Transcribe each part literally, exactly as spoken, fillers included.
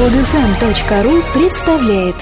под эф эм точка ру представляет.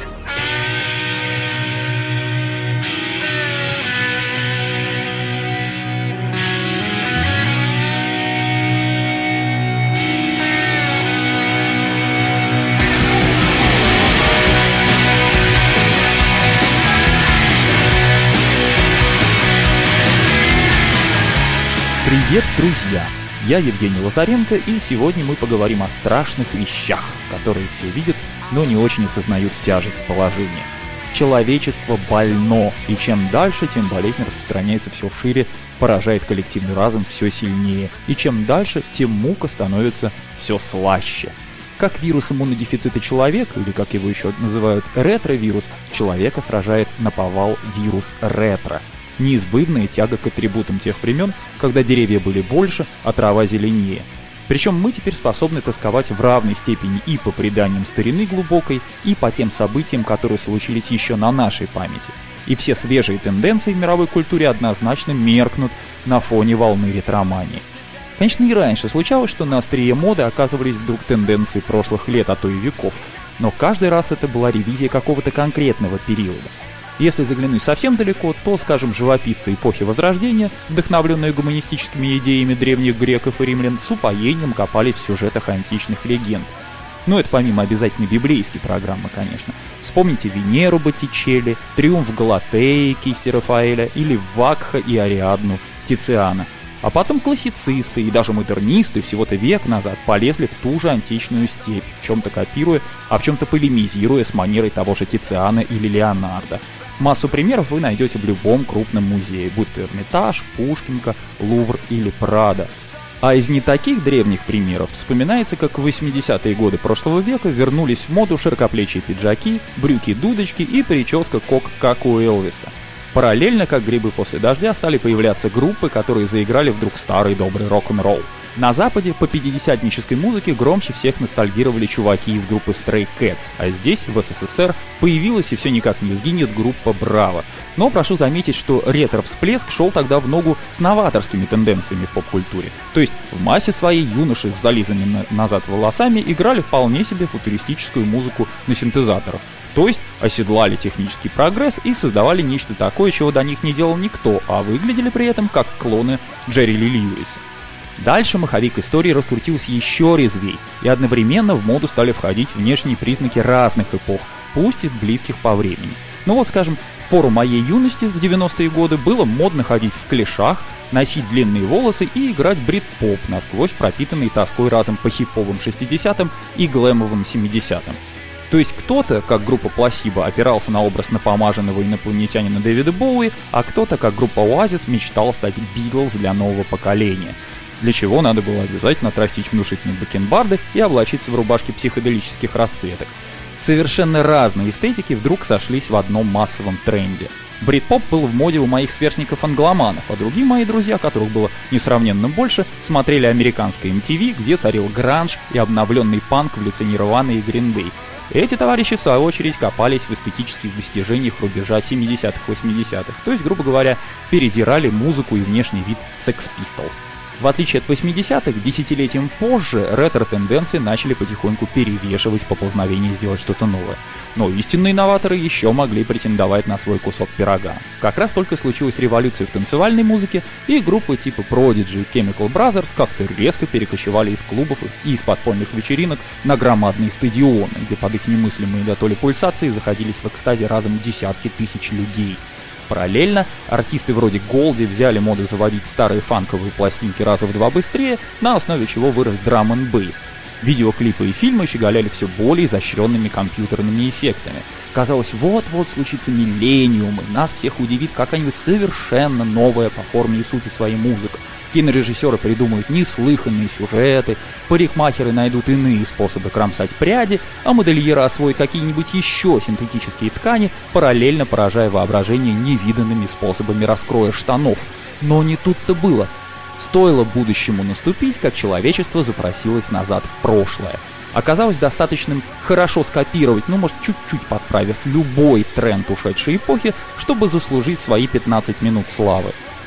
Привет, друзья! Я Евгений Лазаренко, и сегодня мы поговорим о страшных вещах, которые все видят, но не очень осознают тяжесть положения. Человечество больно, и чем дальше, тем болезнь распространяется все шире, поражает коллективный разум все сильнее, и чем дальше, тем мука становится все слаще. Как вирус иммунодефицита человека, или как его еще называют ретровирус, человека сражает наповал вирус ретро. Неизбывная тяга к атрибутам тех времен, когда деревья были больше, а трава зеленее. Причем мы теперь способны тосковать в равной степени и по преданиям старины глубокой, и по тем событиям, которые случились еще на нашей памяти. И все свежие тенденции в мировой культуре однозначно меркнут на фоне волны ретромании. Конечно, и раньше случалось, что на острие моды оказывались вдруг тенденции прошлых лет, а то и веков, но каждый раз это была ревизия какого-то конкретного периода. Если заглянуть совсем далеко, то, скажем, живописцы эпохи Возрождения, вдохновленные гуманистическими идеями древних греков и римлян, с упоением копались в сюжетах античных легенд. Ну, это помимо обязательной библейской программы, конечно. Вспомните Венеру Боттичелли, Триумф Галатеи кисти Рафаэля или Вакха и Ариадну Тициана. А потом классицисты и даже модернисты всего-то век назад полезли в ту же античную степь, в чем-то копируя, а в чем-то полемизируя с манерой того же Тициана или Леонардо. Массу примеров вы найдете в любом крупном музее, будь то Эрмитаж, Пушкинка, Лувр или Прадо. А из не таких древних примеров вспоминается, как в восьмидесятые годы прошлого века вернулись в моду широкоплечие пиджаки, брюки-дудочки и прическа кок, как у Элвиса. Параллельно, как грибы после дождя, стали появляться группы, которые заиграли вдруг старый добрый рок-н-ролл. На Западе по пятидесятнической музыке громче всех ностальгировали чуваки из группы Stray Cats, а здесь, в эс эс эс эр, появилась и все никак не сгинет группа Браво. Но прошу заметить, что ретро-всплеск шел тогда в ногу с новаторскими тенденциями в поп-культуре. То есть в массе своей юноши с зализанными назад волосами играли вполне себе футуристическую музыку на синтезаторах. То есть оседлали технический прогресс и создавали нечто такое, чего до них не делал никто, а выглядели при этом как клоны Джерри Ли Льюиса. Дальше маховик истории раскрутился еще резвей, и одновременно в моду стали входить внешние признаки разных эпох, пусть и близких по времени. Ну вот, скажем, в пору моей юности, в девяностые годы, было модно ходить в клешах, носить длинные волосы и играть брит-поп, насквозь пропитанный тоской разом по хиповым шестидесятым и глэмовым семидесятым. То есть кто-то, как группа Placebo, опирался на образ напомаженного инопланетянина Дэвида Боуи, а кто-то, как группа Oasis, мечтал стать Битлз для нового поколения. Для чего надо было обязательно отрастить внушительные бакенбарды и облачиться в рубашки психоделических расцветок. Совершенно разные эстетики вдруг сошлись в одном массовом тренде. Брит-поп был в моде у моих сверстников-англоманов, а другие мои друзья, которых было несравненно больше, смотрели американское эм ти ви, где царил гранж и обновленный панк в лице Нирваны и Green Day. Эти товарищи, в свою очередь, копались в эстетических достижениях рубежа семидесятых-восьмидесятых, то есть, грубо говоря, передирали музыку и внешний вид Sex Pistols. В отличие от восьмидесятых, десятилетием позже ретро-тенденции начали потихоньку перевешивать поползновение сделать что-то новое. Но истинные новаторы еще могли претендовать на свой кусок пирога. Как раз только случилась революция в танцевальной музыке, и группы типа Prodigy и Chemical Brothers как-то резко перекочевали из клубов и из подпольных вечеринок на громадные стадионы, где под их немыслимые до то ли пульсации заходились в экстазе разом десятки тысяч людей. Параллельно артисты вроде Голди взяли моду заводить старые фанковые пластинки раза в два быстрее, на основе чего вырос драм-н-бейс. Видеоклипы и фильмы щеголяли все более изощренными компьютерными эффектами. Казалось, вот-вот случится миллениум, и нас всех удивит какая-нибудь совершенно новая по форме и сути своей музыка. Кинорежиссеры придумают неслыханные сюжеты, парикмахеры найдут иные способы кромсать пряди, а модельеры освоят какие-нибудь еще синтетические ткани, параллельно поражая воображение невиданными способами раскроя штанов. Но не тут-то было. Стоило будущему наступить, как человечество запросилось назад в прошлое. Оказалось достаточным хорошо скопировать, ну, может, чуть-чуть подправив любой тренд ушедшей эпохи, чтобы заслужить свои пятнадцать минут славы.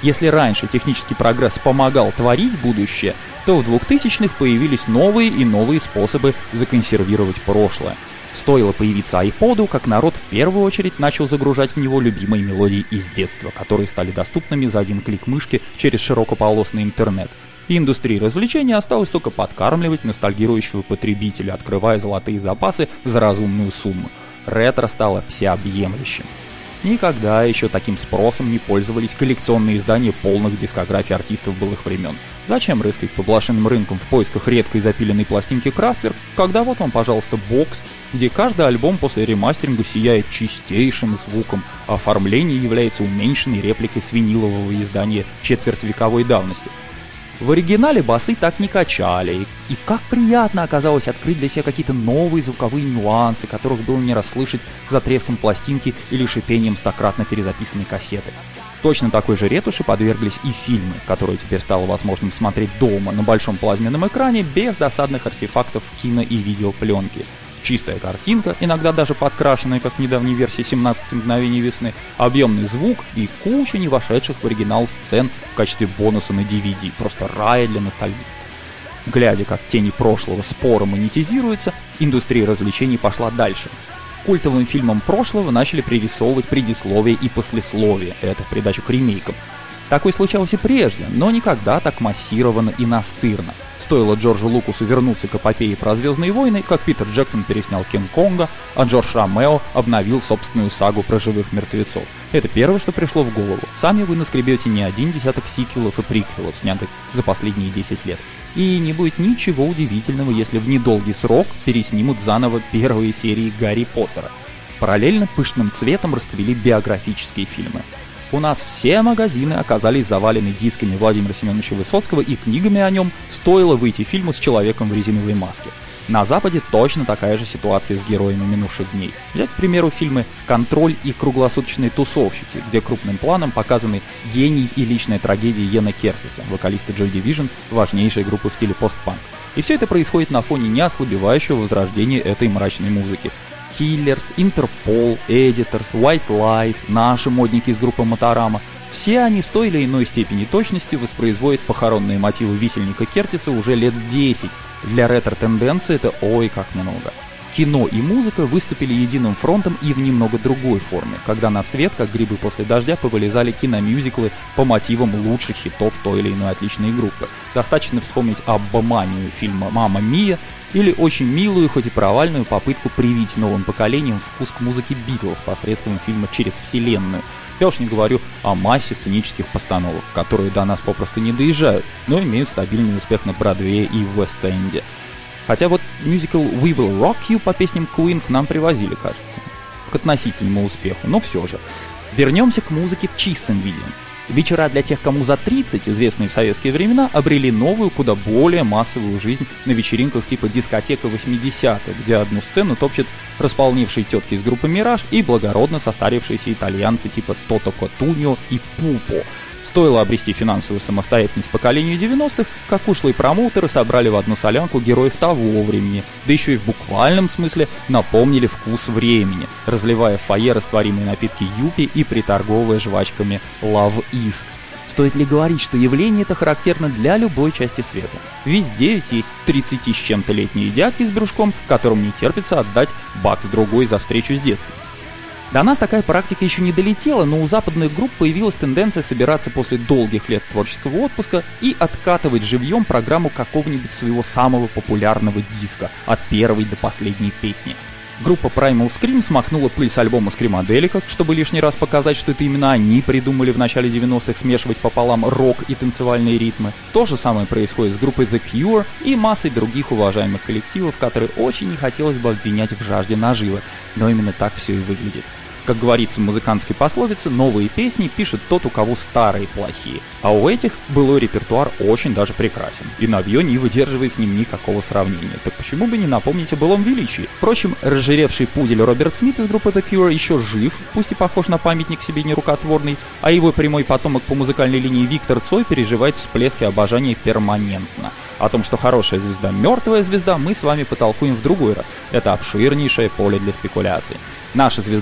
Если раньше технический прогресс помогал творить будущее, то в двухтысячных появились новые и новые способы законсервировать прошлое. Стоило появиться айподу, как народ в первую очередь начал загружать в него любимые мелодии из детства, которые стали доступными за один клик мышки через широкополосный интернет. И индустрии развлечений осталось только подкармливать ностальгирующего потребителя, открывая золотые запасы за разумную сумму. Ретро стало всеобъемлющим. Никогда еще таким спросом не пользовались коллекционные издания полных дискографий артистов былых времен. Зачем рыскать по блошиным рынкам в поисках редкой запиленной пластинки Kraftwerk, когда вот вам, пожалуйста, бокс, где каждый альбом после ремастеринга сияет чистейшим звуком, а оформление является уменьшенной репликой с винилового издания четвертьвековой давности. В оригинале басы так не качали, и как приятно оказалось открыть для себя какие-то новые звуковые нюансы, которых было не расслышать за треском пластинки или шипением стократно перезаписанной кассеты. Точно такой же ретуши подверглись и фильмы, которые теперь стало возможным смотреть дома на большом плазменном экране без досадных артефактов кино- и видеопленки. Чистая картинка, иногда даже подкрашенная, как в недавней версии семнадцати мгновений весны, объемный звук и куча не вошедших в оригинал сцен в качестве бонуса на ди ви ди. Просто рай для ностальгиста. Глядя, как тени прошлого споро монетизируются, индустрия развлечений пошла дальше. Культовым фильмам прошлого начали пририсовывать предисловие и послесловие, это в придачу к ремейкам. Такое случалось и прежде, но никогда так массированно и настырно. Стоило Джорджу Лукасу вернуться к эпопее про «Звездные войны», как Питер Джексон переснял «Кинг-Конга», а Джордж Ромео обновил собственную сагу про живых мертвецов. Это первое, что пришло в голову. Сами вы наскребете не один десяток сиквелов и приквелов, снятых за последние десять лет. И не будет ничего удивительного, если в недолгий срок переснимут заново первые серии Гарри Поттера. Параллельно пышным цветом расцвели биографические фильмы. У нас все магазины оказались завалены дисками Владимира Семеновича Высоцкого и книгами о нем, стоило выйти фильму с человеком в резиновой маске. На Западе точно такая же ситуация с героями минувших дней. Взять, к примеру, фильмы «Контроль» и «Круглосуточные тусовщики», где крупным планом показаны гений и личная трагедия Йена Кертиса, вокалиста Joy Division, важнейшей группы в стиле постпанк. И все это происходит на фоне неослабевающего возрождения этой мрачной музыки. Killers, Interpol, Editors, White Lies, наши модники из группы Моторама — все они с той или иной степени точности воспроизводят похоронные мотивы висельника Кертиса уже лет десять. Для ретро-тенденции это ой как много. Кино и музыка выступили единым фронтом и в немного другой форме, когда на свет, как грибы после дождя, повылезали киномюзиклы по мотивам лучших хитов той или иной отличной группы. Достаточно вспомнить Абба-манию фильма «Мамма Мия» или очень милую, хоть и провальную попытку привить новым поколениям вкус к музыке Битлз посредством фильма «Через вселенную». Я уж не говорю о массе сценических постановок, которые до нас попросту не доезжают, но имеют стабильный успех на Бродвее и в Вест-Энде. Хотя вот мюзикл «We Will Rock You» по песням Queen к нам привозили, кажется, к относительному успеху, но все же. Вернемся к музыке в чистом виде. Вечера для тех, кому за тридцать, известные в советские времена, обрели новую, куда более массовую жизнь на вечеринках типа дискотека восьмидесятых, где одну сцену топчут располневшие тетки из группы «Мираж» и благородно состарившиеся итальянцы типа Тото Котуньо и Пупо. Стоило обрести финансовую самостоятельность поколению девяностых, как ушлые промоутеры собрали в одну солянку героев того времени, да еще и в буквальном смысле напомнили вкус времени, разливая в фойе растворимые напитки юпи и приторговывая жвачками Love Is. Стоит ли говорить, что явление это характерно для любой части света? Везде ведь есть тридцати с чем-то летние дядьки с брюшком, которым не терпится отдать бакс-другой за встречу с детством. До нас такая практика еще не долетела, но у западных групп появилась тенденция собираться после долгих лет творческого отпуска и откатывать живьем программу какого-нибудь своего самого популярного диска, от первой до последней песни. Группа Primal Scream смахнула пыль с альбома Screamadelica, чтобы лишний раз показать, что это именно они придумали в начале девяностых смешивать пополам рок и танцевальные ритмы. То же самое происходит с группой The Cure и массой других уважаемых коллективов, которые очень не хотелось бы обвинять в жажде наживы, но именно так все и выглядит. Как говорится в музыкантской пословице, новые песни пишет тот, у кого старые плохие. А у этих былой репертуар очень даже прекрасен. И набьё не выдерживает с ним никакого сравнения. Так почему бы не напомнить о былом величии? Впрочем, разжиревший пудель Роберт Смит из группы The Cure еще жив, пусть и похож на памятник себе нерукотворный, а его прямой потомок по музыкальной линии Виктор Цой переживает всплески обожания перманентно. О том, что хорошая звезда — мертвая звезда, мы с вами потолкуем в другой раз. Это обширнейшее поле для спекуляций. Наша звезда по имени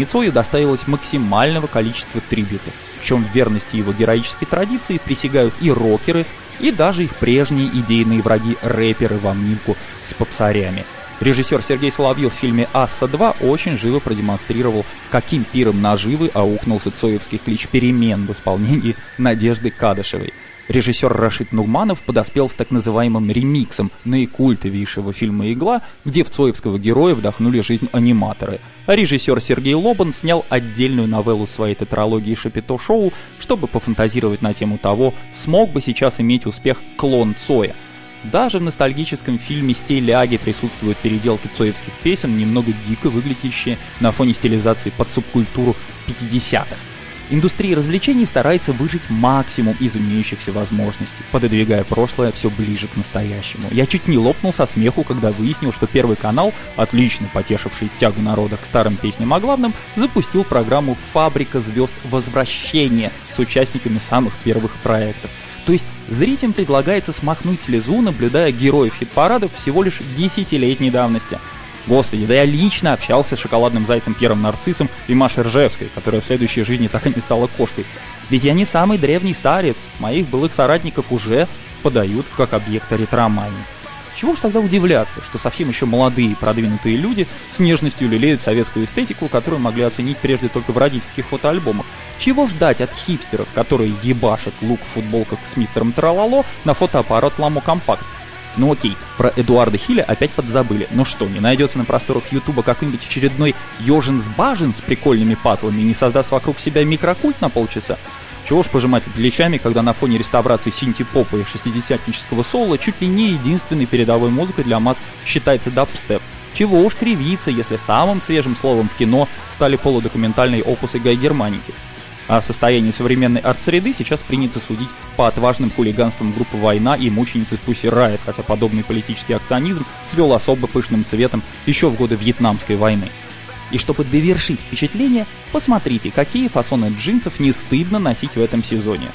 Томми Цою доставилось максимального количества трибьютов, в чем в верности его героической традиции присягают и рокеры, и даже их прежние идейные враги рэперы в обнимку с попсарями. Режиссер Сергей Соловьев в фильме «Асса два» очень живо продемонстрировал, каким пиром наживы аукнулся цоевский клич «Перемен» в исполнении Надежды Кадышевой. Режиссер Рашид Нугманов подоспел с так называемым ремиксом наикультовейшего фильма «Игла», где в цоевского героя вдохнули жизнь аниматоры. А режиссер Сергей Лобан снял отдельную новеллу своей тетралогии «Шапито-шоу», чтобы пофантазировать на тему того, смог бы сейчас иметь успех клон Цоя. Даже в ностальгическом фильме «Стиляги» присутствуют переделки цоевских песен, немного дико выглядящие на фоне стилизации под субкультуру пятидесятых. Индустрия развлечений старается выжить максимум из имеющихся возможностей, пододвигая прошлое все ближе к настоящему. Я чуть не лопнул со смеху, когда выяснил, что Первый канал, отлично потешивший тягу народа к старым песням о главном, запустил программу «Фабрика звезд Возвращения» с участниками самых первых проектов. То есть зрителям предлагается смахнуть слезу, наблюдая героев хит-парадов всего лишь десятилетней давности. Господи, да я лично общался с шоколадным зайцем Пьером Нарциссом и Машей Ржевской, которая в следующей жизни так и не стала кошкой. Ведь я не самый древний старец, моих былых соратников уже подают как объекты ретромании. Чего ж тогда удивляться, что совсем еще молодые и продвинутые люди с нежностью лелеют советскую эстетику, которую могли оценить прежде только в родительских фотоальбомах? Чего ждать от хипстеров, которые ебашат лук в футболках с мистером Тралало на фотоаппарат Ламо Компакт? Ну окей, про Эдуарда Хиля опять подзабыли. Но что, не найдется на просторах Ютуба какой-нибудь очередной Ёжинс-Бажин с прикольными патлами и не создаст вокруг себя микрокульт на полчаса? Чего ж пожимать плечами, когда на фоне реставрации синти-попа и шестидесятнического соло чуть ли не единственной передовой музыкой для масс считается дабстеп? Чего уж кривиться, если самым свежим словом в кино стали полудокументальные опусы Гай Германики? О состоянии современной арт-среды сейчас принято судить по отважным хулиганствам группы «Война» и мученицы Pussy Riot, хотя подобный политический акционизм цвел особо пышным цветом еще в годы Вьетнамской войны. И чтобы довершить впечатление, посмотрите, какие фасоны джинсов не стыдно носить в этом сезоне.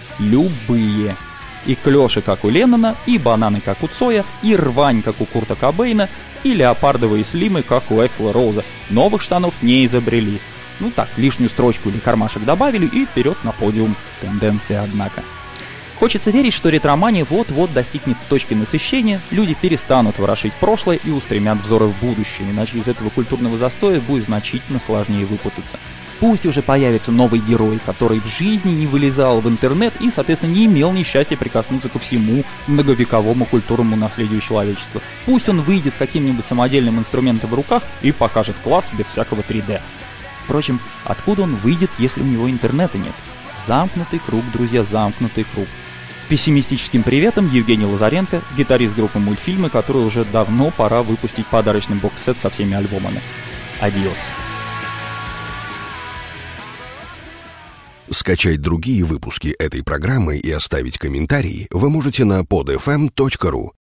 Любые. И клёши, как у Леннона, и бананы, как у Цоя, и рвань, как у Курта Кобейна, и леопардовые слимы, как у Эксла Роуза. Новых штанов не изобрели. Ну так, лишнюю строчку или кармашек добавили и вперед на подиум. Тенденция, однако. Хочется верить, что ретромания вот-вот достигнет точки насыщения, люди перестанут ворошить прошлое и устремят взоры в будущее, иначе из этого культурного застоя будет значительно сложнее выпутаться. Пусть уже появится новый герой, который в жизни не вылезал в интернет и, соответственно, не имел несчастья прикоснуться ко всему многовековому культурному наследию человечества. Пусть он выйдет с каким-нибудь самодельным инструментом в руках и покажет класс без всякого три дэ. Впрочем, откуда он выйдет, если у него интернета нет? Замкнутый круг, друзья, замкнутый круг. С пессимистическим приветом, Евгений Лазаренко, гитарист группы «Мультфильмы», которой уже давно пора выпустить подарочный бокс-сет со всеми альбомами. Адьос. Скачать другие выпуски этой программы и оставить комментарии вы можете на под эф эм точка ру.